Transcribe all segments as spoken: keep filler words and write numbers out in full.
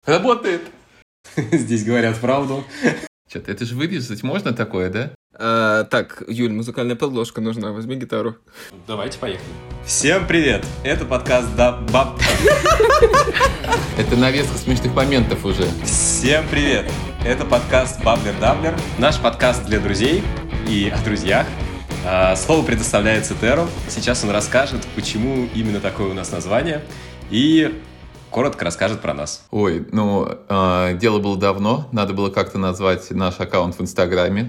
Работает! Здесь говорят правду. Что-то это же вырезать можно такое, да? А, так, Юль, музыкальная подложка нужна, возьми гитару. Давайте поехали. Всем привет! Это подкаст да, Баб... Это нарезка смешных моментов уже. Всем привет! Это подкаст Баблер-Даблер. Наш подкаст для друзей и о друзьях. Слово предоставляется Теру. Сейчас он расскажет, почему именно такое у нас название. И коротко расскажет про нас. Ой, ну, э, дело было давно. Надо было как-то назвать наш аккаунт в Инстаграме.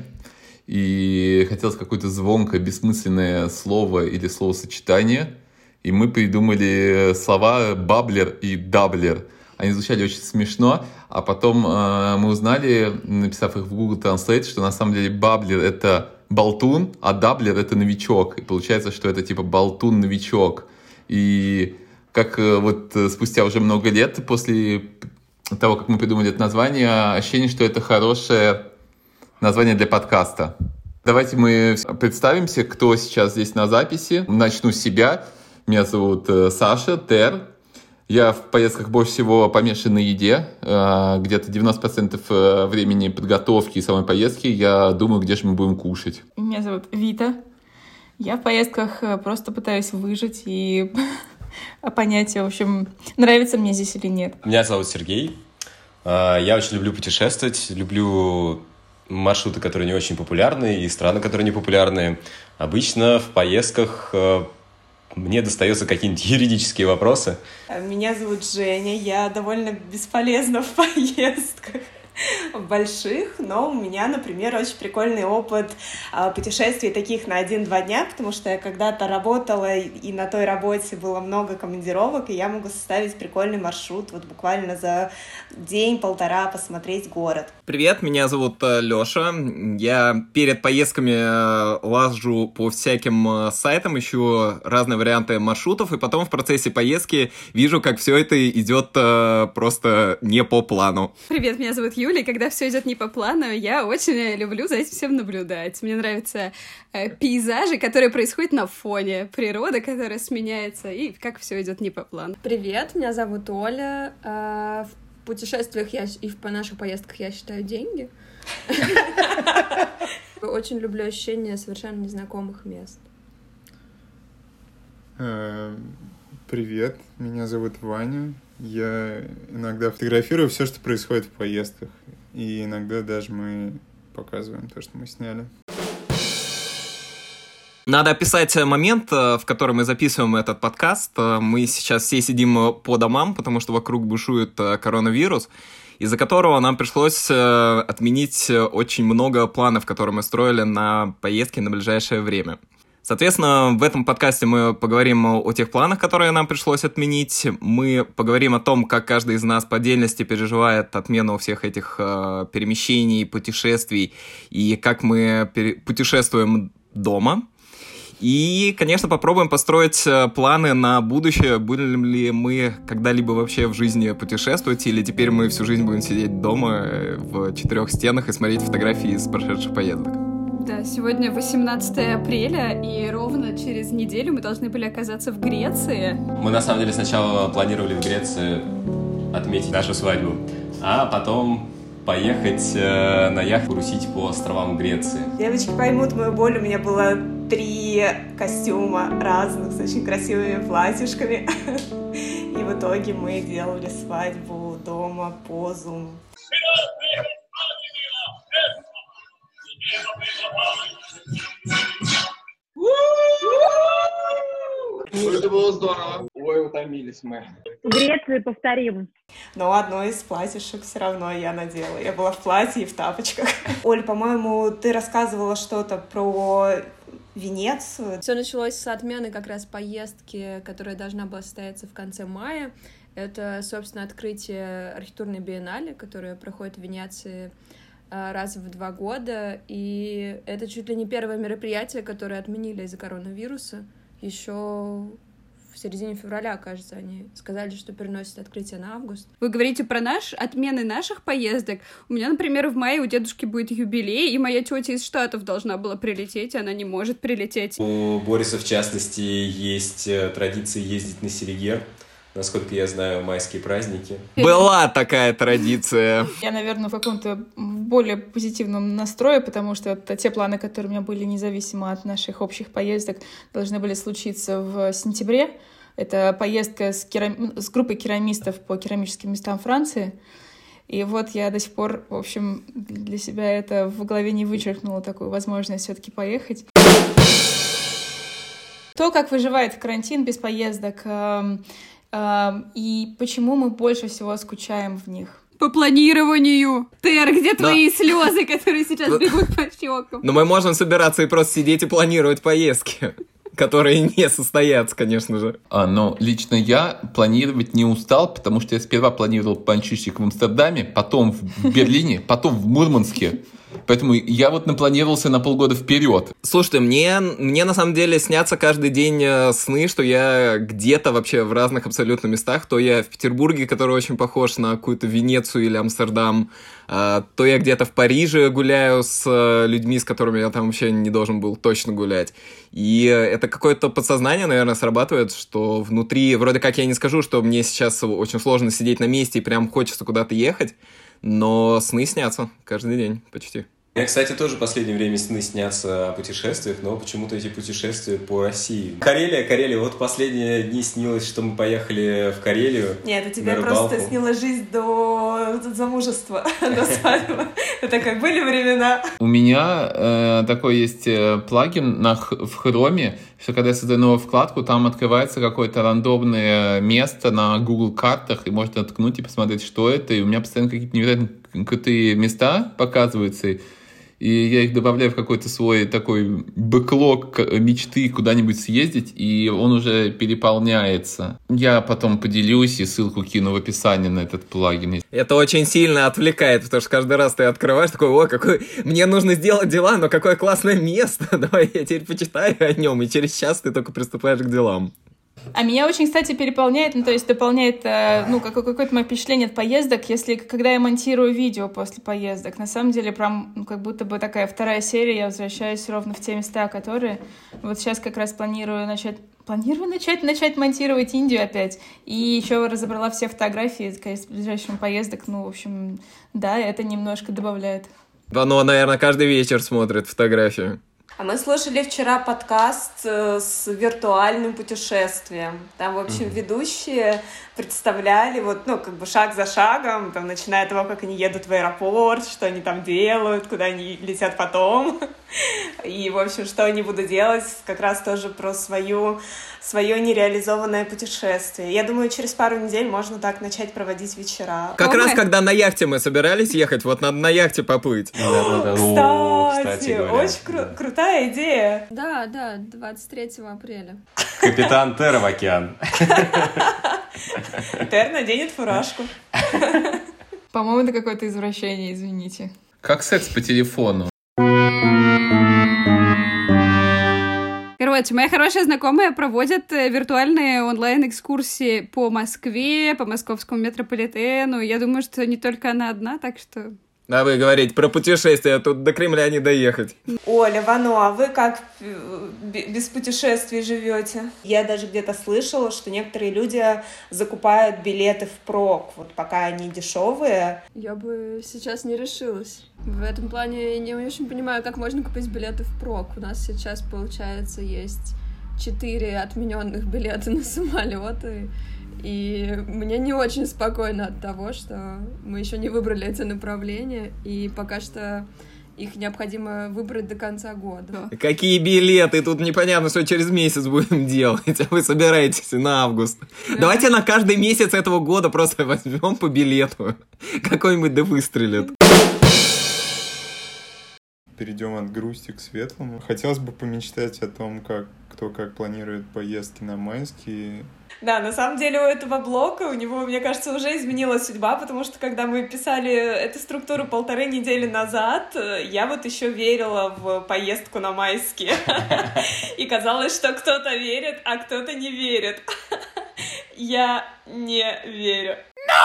И хотелось какое-то звонкое, бессмысленное слово или словосочетание. И мы придумали слова «баблер» и «даблер». Они звучали очень смешно. А потом э, мы узнали, написав их в Google Translate, что на самом деле «баблер» — это болтун, а «даблер» — это новичок. И получается, что это типа болтун-новичок. И как вот спустя уже много лет после того, как мы придумали это название, ощущение, что это хорошее название для подкаста. Давайте мы представимся, кто сейчас здесь на записи. Начну с себя. Меня зовут Саша, Тер. Я в поездках больше всего помешан на еде. Где-то девяносто процентов времени подготовки и самой поездки я думаю, где же мы будем кушать. Меня зовут Вита. Я в поездках просто пытаюсь выжить и понять, в общем, нравится мне здесь или нет. Меня зовут Сергей. Я очень люблю путешествовать, люблю маршруты, которые не очень популярны, и страны, которые не популярны. Обычно в поездках мне достаются какие-нибудь юридические вопросы. Меня зовут Женя, я довольно бесполезна в поездках больших, но у меня, например, очень прикольный опыт путешествий таких на один-два дня, потому что я когда-то работала, и на той работе было много командировок, и я могу составить прикольный маршрут, вот буквально за день-полтора посмотреть город. Привет, меня зовут Лёша. Я перед поездками лажу по всяким сайтам, ищу разные варианты маршрутов, и потом в процессе поездки вижу, как все это идет просто не по плану. Привет, меня зовут Юля, и когда все идет не по плану, я очень люблю за этим всем наблюдать. Мне нравятся э, пейзажи, которые происходят на фоне, природа, которая сменяется, и как все идет не по плану. Привет, меня зовут Оля. В путешествиях я и в наших поездках я считаю деньги. Очень люблю ощущение совершенно незнакомых мест. Привет, меня зовут Ваня. Я иногда фотографирую все, что происходит в поездках. И иногда даже мы показываем то, что мы сняли. Надо описать момент, в который мы записываем этот подкаст. Мы сейчас все сидим по домам, потому что вокруг бушует коронавирус, из-за которого нам пришлось отменить очень много планов, которые мы строили на поездки на ближайшее время. Соответственно, в этом подкасте мы поговорим о тех планах, которые нам пришлось отменить. Мы поговорим о том, как каждый из нас по отдельности переживает отмену всех этих э, перемещений, путешествий, и как мы пере- путешествуем дома. И, конечно, попробуем построить планы на будущее. Будем ли мы когда-либо вообще в жизни путешествовать, или теперь мы всю жизнь будем сидеть дома в четырех стенах и смотреть фотографии из прошедших поездок. Да, сегодня восемнадцатое апреля, и ровно через неделю мы должны были оказаться в Греции. Мы, на самом деле, сначала планировали в Греции отметить нашу свадьбу, а потом поехать э, на яхту русить по островам Греции. Девочки поймут мою боль, у меня было три костюма разных с очень красивыми платьишками. И в итоге мы делали свадьбу дома по Zoom. Это было здорово. Ой, утомились мы. В Греции повторим. Но одно из платьишек все равно я надела. Я была в платье и в тапочках. Оль, по-моему, ты рассказывала что-то про Венецию. Все началось с отмены как раз поездки, которая должна была состояться в конце мая. Это, собственно, открытие архитектурной биеннале, которая проходит в Венеции раз в два года, и это чуть ли не первое мероприятие, которое отменили из-за коронавируса. Еще в середине февраля, кажется, они сказали, что переносят открытие на август. Вы говорите про наш, отмены наших поездок. У меня, например, в мае у дедушки будет юбилей, и моя тетя из Штатов должна была прилететь, и она не может прилететь. У Бориса, в частности, есть традиция ездить на Селигер. насколько я знаю, майские праздники. Была такая традиция. Я, наверное, в каком-то более позитивном настрое, потому что это те планы, которые у меня были независимо от наших общих поездок, должны были случиться в сентябре. Это поездка с, керам... с группой керамистов по керамическим местам Франции. И вот я до сих пор, в общем, для себя это в голове не вычеркнула, такую возможность все-таки поехать. То, как выживает карантин без поездок, э, э, и почему мы больше всего скучаем в них. По планированию. Тер, где Да. твои слезы, которые сейчас бегут по щекам? Но мы можем собираться и просто сидеть и планировать поездки, которые не состоятся, конечно же. А, но лично я планировать не устал, потому что я сперва планировал банщичник в Амстердаме, потом в Берлине, потом в Мурманске. Поэтому я вот напланировался на полгода вперед. Слушайте, мне, мне на самом деле снятся каждый день э, сны, что я где-то вообще в разных абсолютно местах. То я в Петербурге, который очень похож на какую-то Венецию или Амстердам, э, то я где-то в Париже гуляю с э, людьми, с которыми я там вообще не должен был точно гулять. И это какое-то подсознание, наверное, срабатывает, что внутри, вроде как я не скажу, что мне сейчас очень сложно сидеть на месте и прям хочется куда-то ехать, но сны снятся каждый день почти. Мне, кстати, тоже в последнее время сны снятся о путешествиях, но почему-то эти путешествия по России. Карелия, Карелия. Вот последние дни снилось, что мы поехали в Карелию. Нет, у тебя на просто рыбалку. снилась жизнь до замужества, до свадьбы. Это как были времена. У меня э, такой есть э, плагин на, х- в Хроме, что когда я создаю новую вкладку, там открывается какое-то рандомное место на Google картах, и можно ткнуть и посмотреть, что это. И у меня постоянно какие-то невероятно крутые места показываются, и я их добавляю в какой-то свой такой бэклог мечты куда-нибудь съездить, и он уже переполняется. Я потом поделюсь и ссылку кину в описании на этот плагин. Это очень сильно отвлекает, потому что каждый раз ты открываешь, такой, о, какой... мне нужно сделать дела, но какое классное место, давай я теперь почитаю о нем, и через час ты только приступаешь к делам. А меня очень, кстати, переполняет, ну, то есть дополняет, э, ну, какое- какое-то мое впечатление от поездок, если, когда я монтирую видео после поездок. На самом деле, прям, ну, как будто бы такая вторая серия, я возвращаюсь ровно в те места, которые... Вот сейчас как раз планирую начать... Планирую начать, начать монтировать Индию опять. И еще разобрала все фотографии, конечно, с ближайшим поездок. Ну, в общем, да, это немножко добавляет. Оно, наверное, каждый вечер смотрит фотографию. А мы слушали вчера подкаст э, с виртуальным путешествием. Там, в общем, ведущие представляли вот, ну, как бы шаг за шагом, там, начиная от того, как они едут в аэропорт, что они там делают, куда они летят потом. И, в общем, что они будут делать, как раз тоже про свою, свое нереализованное путешествие. Я думаю, через пару недель можно так начать проводить вечера. Как Ой. раз, когда на яхте мы собирались ехать, вот надо на яхте поплыть. Да-да-да. О, Кстати, кстати говоря. очень кру- крутая идея. Да, да, двадцать третьего апреля. Капитан Тера в океан. Тер наденет фуражку. По-моему, это какое-то извращение, извините. Как секс по телефону. Короче, моя хорошая знакомая проводит э, виртуальные онлайн-экскурсии по Москве, по московскому метрополитену. Я думаю, что не только она одна, так что... А вы говорите про путешествия, тут до Кремля не доехать. Оля, Вано, а вы как э, б- без путешествий живете? Я даже где-то слышала, что некоторые люди закупают билеты впрок, вот пока они дешевые. Я бы сейчас не решилась. В этом плане я не очень понимаю, как можно купить билеты впрок. У нас сейчас, получается, есть четыре отмененных билета на самолеты. И мне не очень спокойно от того, что мы еще не выбрали эти направления, и пока что их необходимо выбрать до конца года. Какие билеты? Тут непонятно, что через месяц будем делать, а вы собираетесь на август. Давайте на каждый месяц этого года просто возьмем по билету. Какой-нибудь да выстрелит. Перейдем от грусти к светлому. Хотелось бы помечтать о том, как кто как планирует поездки на майские. Да, на самом деле у этого блока, у него, мне кажется, уже изменилась судьба, потому что когда мы писали эту структуру полторы недели назад, я вот еще верила в поездку на майские. И казалось, что кто-то верит, а кто-то не верит. Я не верю.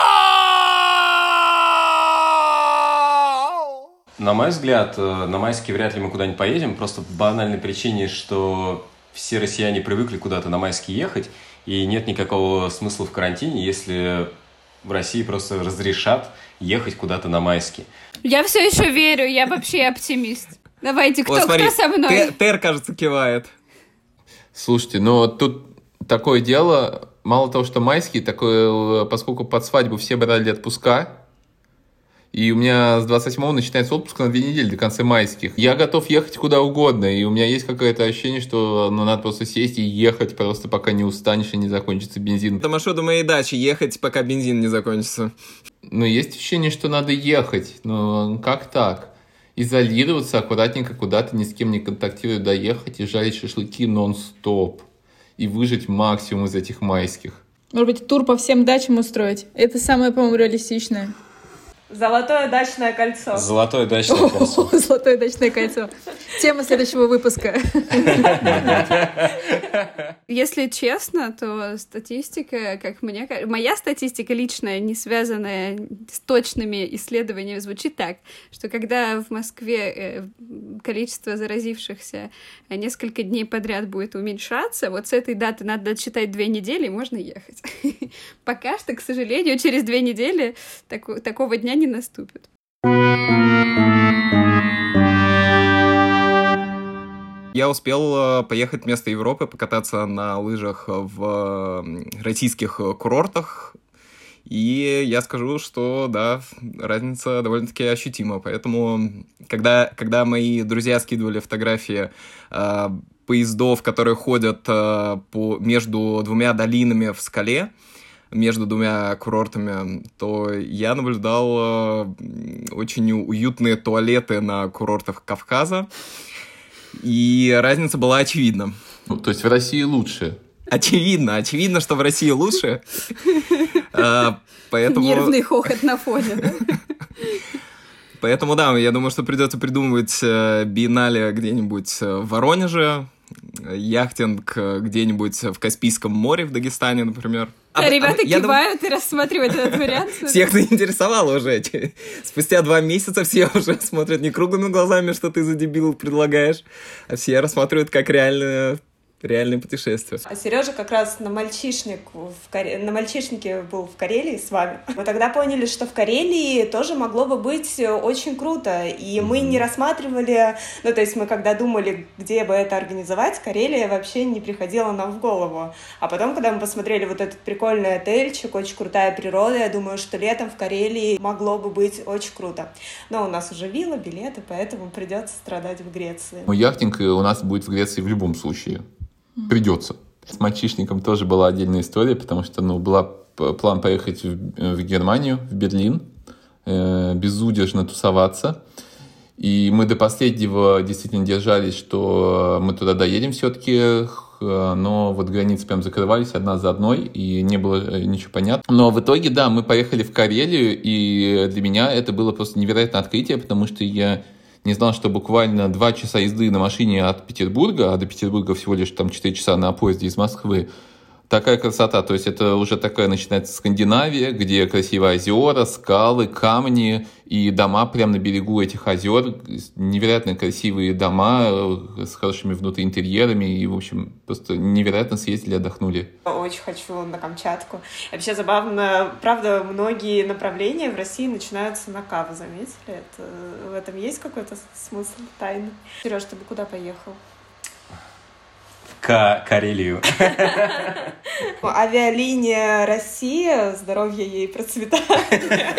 На мой взгляд, на майские вряд ли мы куда-нибудь поедем, просто по банальной причине, что все россияне привыкли куда-то на майские ехать, и нет никакого смысла в карантине, если в России просто разрешат ехать куда-то на майские. Я все еще верю, я вообще оптимист. Давайте, кто, О, смотри, кто со мной? Тер, кажется, кивает. Слушайте, ну тут такое дело, мало того, что майские, такое, поскольку под свадьбу все брали отпуска, и у меня с двадцать седьмого начинается отпуск на две недели до конца майских. Я готов ехать куда угодно, и у меня есть какое-то ощущение, что ну, надо просто сесть и ехать, просто пока не устанешь и не закончится бензин. До маршрута моей дачи ехать, пока бензин не закончится. Ну, есть ощущение, что надо ехать. Ну, как так? Изолироваться, аккуратненько куда-то, ни с кем не контактируя, доехать и жарить шашлыки нон-стоп. И выжить максимум из этих майских. Может быть, тур по всем дачам устроить? Это самое, по-моему, реалистичное. Золотое дачное кольцо. Золотое дачное кольцо. Золотое дачное кольцо. Тема следующего выпуска. Если честно, то статистика, как мне кажется, моя статистика личная, не связанная с точными исследованиями, звучит так, что когда в Москве количество заразившихся несколько дней подряд будет уменьшаться, вот с этой даты надо досчитать две недели, и можно ехать. Пока что, к сожалению, через две недели так, такого дня не наступит. Я успел поехать вместо Европы, покататься на лыжах в российских курортах, и я скажу, что, да, разница довольно-таки ощутима. Поэтому, когда, когда мои друзья скидывали фотографии э, поездов, которые ходят э, по, между двумя долинами в скале, между двумя курортами, то я наблюдал э, очень уютные туалеты на курортах Кавказа, и разница была очевидна. Ну, то есть в России лучше? Очевидно, очевидно, что в России лучше. Поэтому... Нервный хохот на фоне, да? Поэтому, да, я думаю, что придется придумывать биеннале где-нибудь в Воронеже, яхтинг где-нибудь в Каспийском море, в Дагестане, например. А, ребята а, кивают дум... и рассматривают этот вариант. Всех заинтересовало уже. Спустя два месяца все уже смотрят не круглыми глазами, что ты за дебил предлагаешь, а все рассматривают как реальное... реальное путешествие. А Сережа как раз на, мальчишник в Каре... на мальчишнике был в Карелии с вами. Мы тогда поняли, что в Карелии тоже могло бы быть очень круто. И мы не рассматривали... Ну, то есть мы когда думали, где бы это организовать, Карелия вообще не приходила нам в голову. А потом, когда мы посмотрели вот этот прикольный отельчик, очень крутая природа, я думаю, что летом в Карелии могло бы быть очень круто. Но у нас уже вилла, билеты, поэтому придется страдать в Греции. Ну, яхтинг у нас будет в Греции в любом случае. Придется. С мальчишником тоже была отдельная история, потому что, ну, был план поехать в, в Германию, в Берлин, э, безудержно тусоваться. И мы до последнего действительно держались, что мы туда доедем все-таки, но вот границы прям закрывались одна за одной, и не было ничего понятно. Но в итоге, да, мы поехали в Карелию, и для меня это было просто невероятное открытие, потому что я не знал, что буквально два часа езды на машине от Петербурга, а до Петербурга всего лишь там четыре часа на поезде из Москвы. Такая красота. То есть это уже такая начинается Скандинавия, где красивые озера, скалы, камни и дома прямо на берегу этих озер. Невероятно красивые дома с хорошими внутри интерьерами. И, в общем, просто невероятно съездили, отдохнули. Очень хочу на Камчатку. Вообще забавно, правда, многие направления в России начинаются на К, вы заметили? Это, в этом есть какой-то смысл тайны? Сереж, ты бы куда поехал? К Карелию. Авиалиния Россия, здоровье ей, процветание,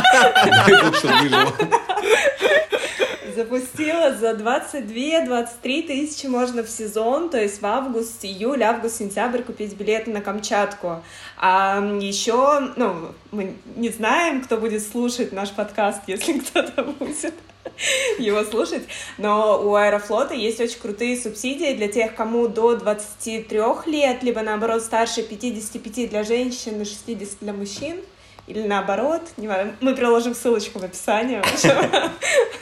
запустила за двадцать две - двадцать три тысячи можно в сезон, то есть в август, июль, август, сентябрь купить билеты на Камчатку. А еще, ну, мы не знаем, кто будет слушать наш подкаст, если кто-то будет его слушать, но у Аэрофлота есть очень крутые субсидии для тех, кому до двадцати трёх лет, либо наоборот старше пятидесяти пяти для женщин и шестидесяти для мужчин, или наоборот, не важно. Мы приложим ссылочку в описании.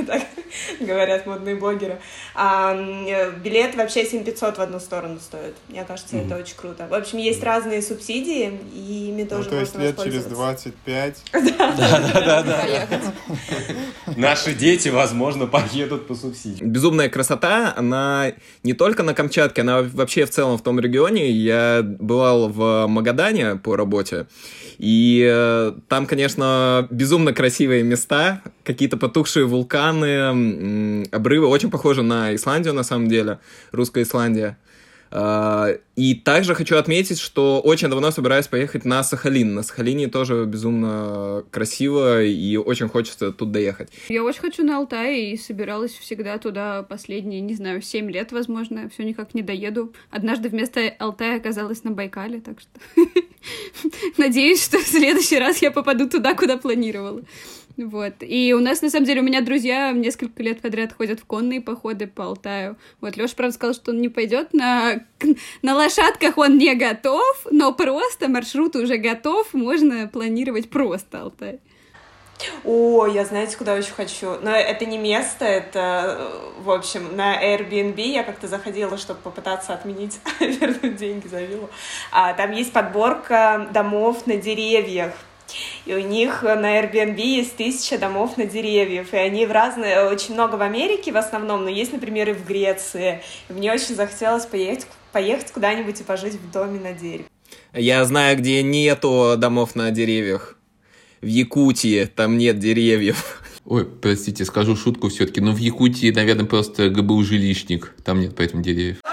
говорят модные блогеры. А билет вообще семь тысяч пятьсот в одну сторону стоит. Мне кажется, mm-hmm. это очень круто. В общем, есть разные субсидии, и ими тоже ну, то есть можно лет воспользоваться. через двадцать пять Да-да-да. Наши дети, возможно, поедут по субсидиям. Безумная красота, она не только на Камчатке, она вообще в целом в том регионе. Я бывал в Магадане по работе, и э, там, конечно, безумно красивые места, какие-то потухшие вулканы, м- обрывы, очень похожи на Исландию, на самом деле, русская Исландия. Uh, и также хочу отметить, что очень давно собираюсь поехать на Сахалин. На Сахалине тоже безумно красиво, и очень хочется тут доехать. Я очень хочу на Алтай, и собиралась всегда туда последние, не знаю, семь лет, возможно. Все никак не доеду. Однажды вместо Алтая оказалась на Байкале, так что надеюсь, что в следующий раз я попаду туда, куда планировала. Вот. И у нас, на самом деле, у меня друзья несколько лет подряд ходят в конные походы по Алтаю. Вот Лёша, правда, сказал, что он не пойдет на... на лошадках, он не готов, но просто маршрут уже готов, можно планировать просто Алтай. О, я знаете, куда очень хочу? Но это не место, это, в общем, на Airbnb я как-то заходила, чтобы попытаться отменить, вернуть деньги за виллу. А там есть подборка домов на деревьях. И у них на Airbnb есть тысяча домов на деревьях, и они в разные, очень много в Америке в основном, но есть, например, и в Греции. И мне очень захотелось поехать, поехать куда-нибудь и пожить в доме на дереве. Я знаю, где нету домов на деревьях. В Якутии там нет деревьев. Ой, простите, скажу шутку все-таки, но в Якутии, наверное, просто ГБУ жилищник, там нет поэтому деревьев.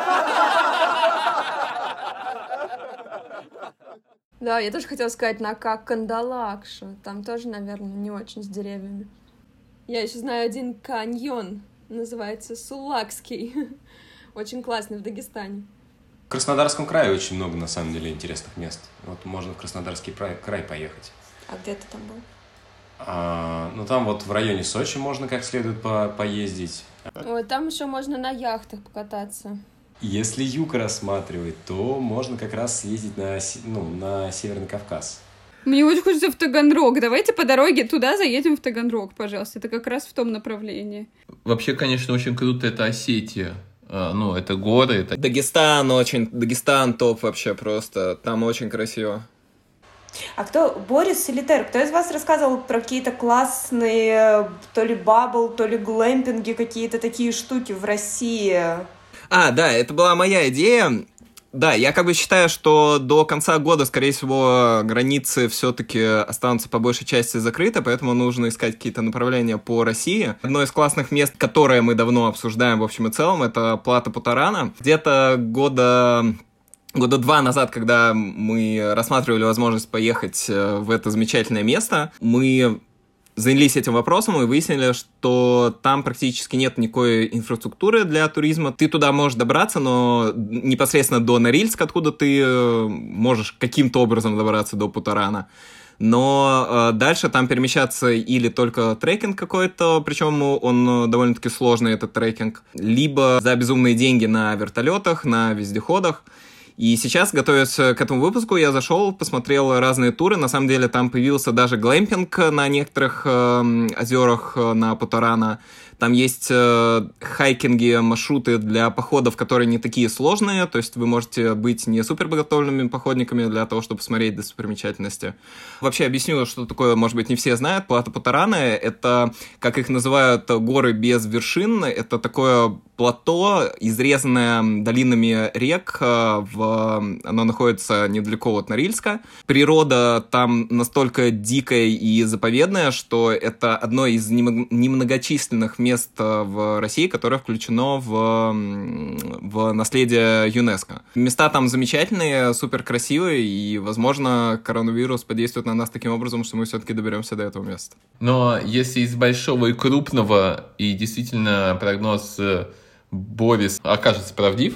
Да, я тоже хотела сказать на как Кандалакша. Там тоже, наверное, не очень с деревьями. Я еще знаю один каньон, называется Сулакский. Очень классный в Дагестане. В Краснодарском крае очень много, на самом деле, интересных мест. Вот можно в Краснодарский край, край поехать. А где ты там был? А, ну, там вот в районе Сочи можно как следует по- поездить. Ой, там еще можно на яхтах покататься. Если юг рассматривать, то можно как раз съездить на, ну, на Северный Кавказ. Мне очень хочется в Таганрог. Давайте по дороге туда заедем в Таганрог, пожалуйста. Это как раз в том направлении. Вообще, конечно, очень круто это Осетия. Ну, это горы, это... Дагестан очень... Дагестан топ вообще просто. Там очень красиво. А кто, Борис или Тер, кто из вас рассказывал про какие-то классные то ли бабл, то ли глэмпинги, какие-то такие штуки в России? А, да, это была моя идея. Да, я как бы считаю, что до конца года, скорее всего, границы все-таки останутся по большей части закрыты, поэтому нужно искать какие-то направления по России. Одно из классных мест, которое мы давно обсуждаем в общем и целом, это Плато Путарана. Где-то года... Года два назад, когда мы рассматривали возможность поехать в это замечательное место, мы занялись этим вопросом и выяснили, что там практически нет никакой инфраструктуры для туризма. Ты туда можешь добраться, но непосредственно до Норильска, откуда ты можешь каким-то образом добраться до Путарана. Но э, дальше там перемещаться или только трекинг какой-то, причем он довольно-таки сложный, этот трекинг, либо за безумные деньги на вертолетах, на вездеходах. И сейчас, готовясь к этому выпуску, я зашел, посмотрел разные туры. На самом деле там появился даже глэмпинг на некоторых э, озерах э, на Путарана. Там есть э, хайкинги, маршруты для походов, которые не такие сложные. То есть вы можете быть не суперподготовленными походниками для того, чтобы посмотреть достопримечательности. Вообще объясню, что такое, может быть, не все знают. Плато Путарана — это, как их называют, горы без вершин. Это такое плато, изрезанное долинами рек. В... Оно находится недалеко от Норильска. Природа там настолько дикая и заповедная, что это одно из немногочисленных мест мест в России, которое включено в, в наследие ЮНЕСКО. Места там замечательные, супер красивые, и, возможно, коронавирус подействует на нас таким образом, что мы все-таки доберемся до этого места. Но если из большого и крупного, и действительно прогноз Борис окажется правдив,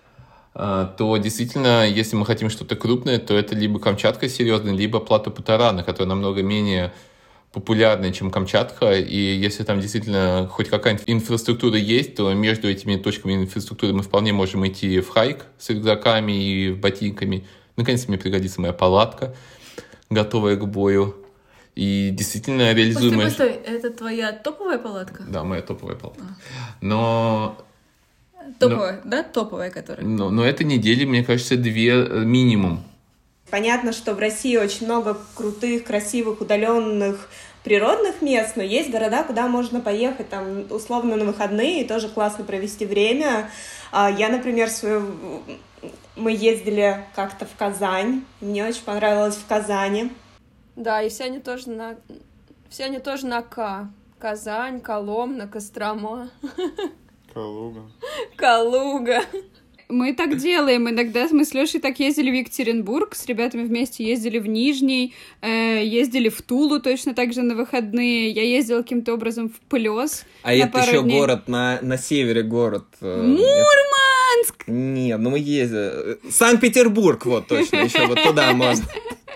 то действительно, если мы хотим что-то крупное, то это либо Камчатка серьезная, либо Плато Путарана, которая намного менее популярная, чем Камчатка, и если там действительно хоть какая-нибудь инфраструктура есть, то между этими точками инфраструктуры мы вполне можем идти в хайк с рюкзаками и ботинками. Наконец-то мне пригодится моя палатка, готовая к бою. И действительно реализуемая... Постой, постой, это твоя топовая палатка? Да, моя топовая палатка. Но... Топовая, но... да? Топовая, которая? Но, но этой недели, мне кажется, две минимум. Понятно, что в России очень много крутых, красивых, удаленных природных мест, но есть города, куда можно поехать там условно на выходные и тоже классно провести время. Я, например, свою... мы ездили как-то в Казань, мне очень понравилось в Казани. Да, и все они тоже на... все они тоже на К. Казань, Коломна, Кострома. Калуга. Калуга. Мы так делаем. Иногда мы с Лёшей так ездили в Екатеринбург, с ребятами вместе ездили в Нижний, э, ездили в Тулу точно так же на выходные. Я ездила каким-то образом в Плёс. А это еще дней. город на, на севере город. Мурманск! Нет, ну мы ездили. Санкт-Петербург, вот точно, еще вот туда можно.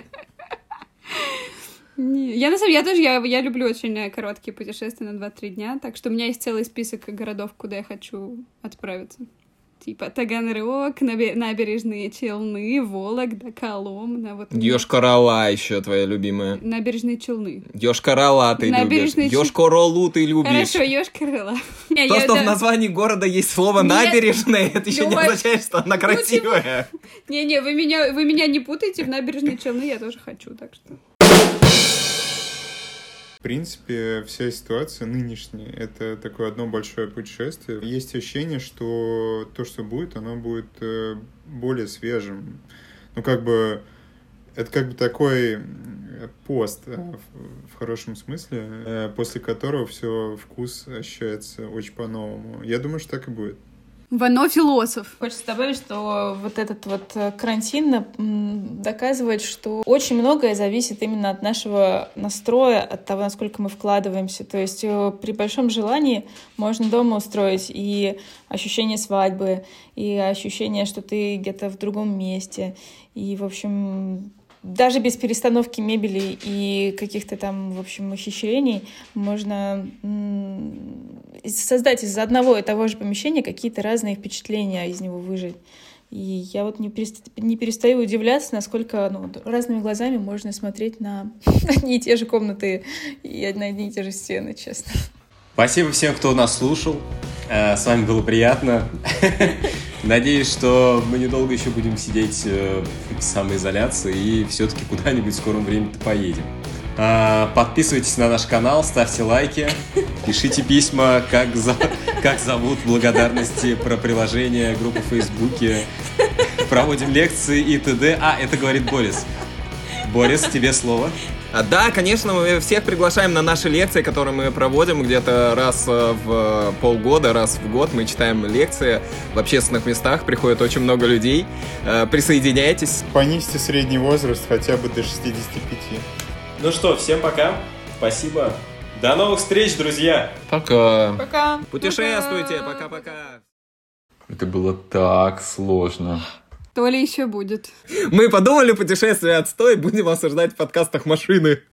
Я, на самом деле, я тоже, я, я люблю очень короткие путешествия на два-три дня, так что у меня есть целый список городов, куда я хочу отправиться. Типа Таганрог, набережные Челны, Вологда, Коломна. Вот Йошкар-Ола еще твоя любимая. Набережные Челны. Йошкар-Ола ты набережные любишь. Йошкар-Олу ты любишь. Хорошо, Йошкар-Ола. То, что в названии города есть слово «набережная», это еще не означает, что она красивая. Не-не, вы меня, вы меня не путайте, в набережные Челны я тоже хочу, так что... В принципе, вся ситуация нынешняя — это такое одно большое путешествие. Есть ощущение, что то, что будет, оно будет более свежим. Ну, как бы, это как бы такой пост, в хорошем смысле, после которого все вкус ощущается очень по-новому. Я думаю, что так и будет. Вано философ. Хочется добавить, что вот этот вот карантин доказывает, что очень многое зависит именно от нашего настроя, от того, насколько мы вкладываемся. То есть при большом желании можно дома устроить и ощущение свадьбы, и ощущение, что ты где-то в другом месте. И, в общем, даже без перестановки мебели и каких-то там, в общем, ухищрений можно создать из одного и того же помещения какие-то разные впечатления, из него выжить. И я вот не, перест... не перестаю удивляться, насколько ну, разными глазами можно смотреть на одни и те же комнаты и на одни и те же стены, честно. Спасибо всем, кто нас слушал. С вами было приятно. Надеюсь, что мы недолго еще будем сидеть в самоизоляции и все-таки куда-нибудь в скором времени-то поедем. Подписывайтесь на наш канал, ставьте лайки, пишите письма, как, за... как зовут, благодарности про приложение, группу в Фейсбуке. Проводим лекции и т.д. А, это говорит Борис. Борис, тебе слово. А, да, конечно, мы всех приглашаем на наши лекции, которые мы проводим где-то раз в полгода, раз в год. Мы читаем лекции в общественных местах, приходит очень много людей. Присоединяйтесь. Понизьте средний возраст хотя бы до шестидесяти пяти. Ну что, всем пока. Спасибо. До новых встреч, друзья. Пока. Пока. Путешествуйте. Пока-пока. Это было так сложно. То ли еще будет. Мы подумали, путешествие отстой, будем осуждать в подкастах машины.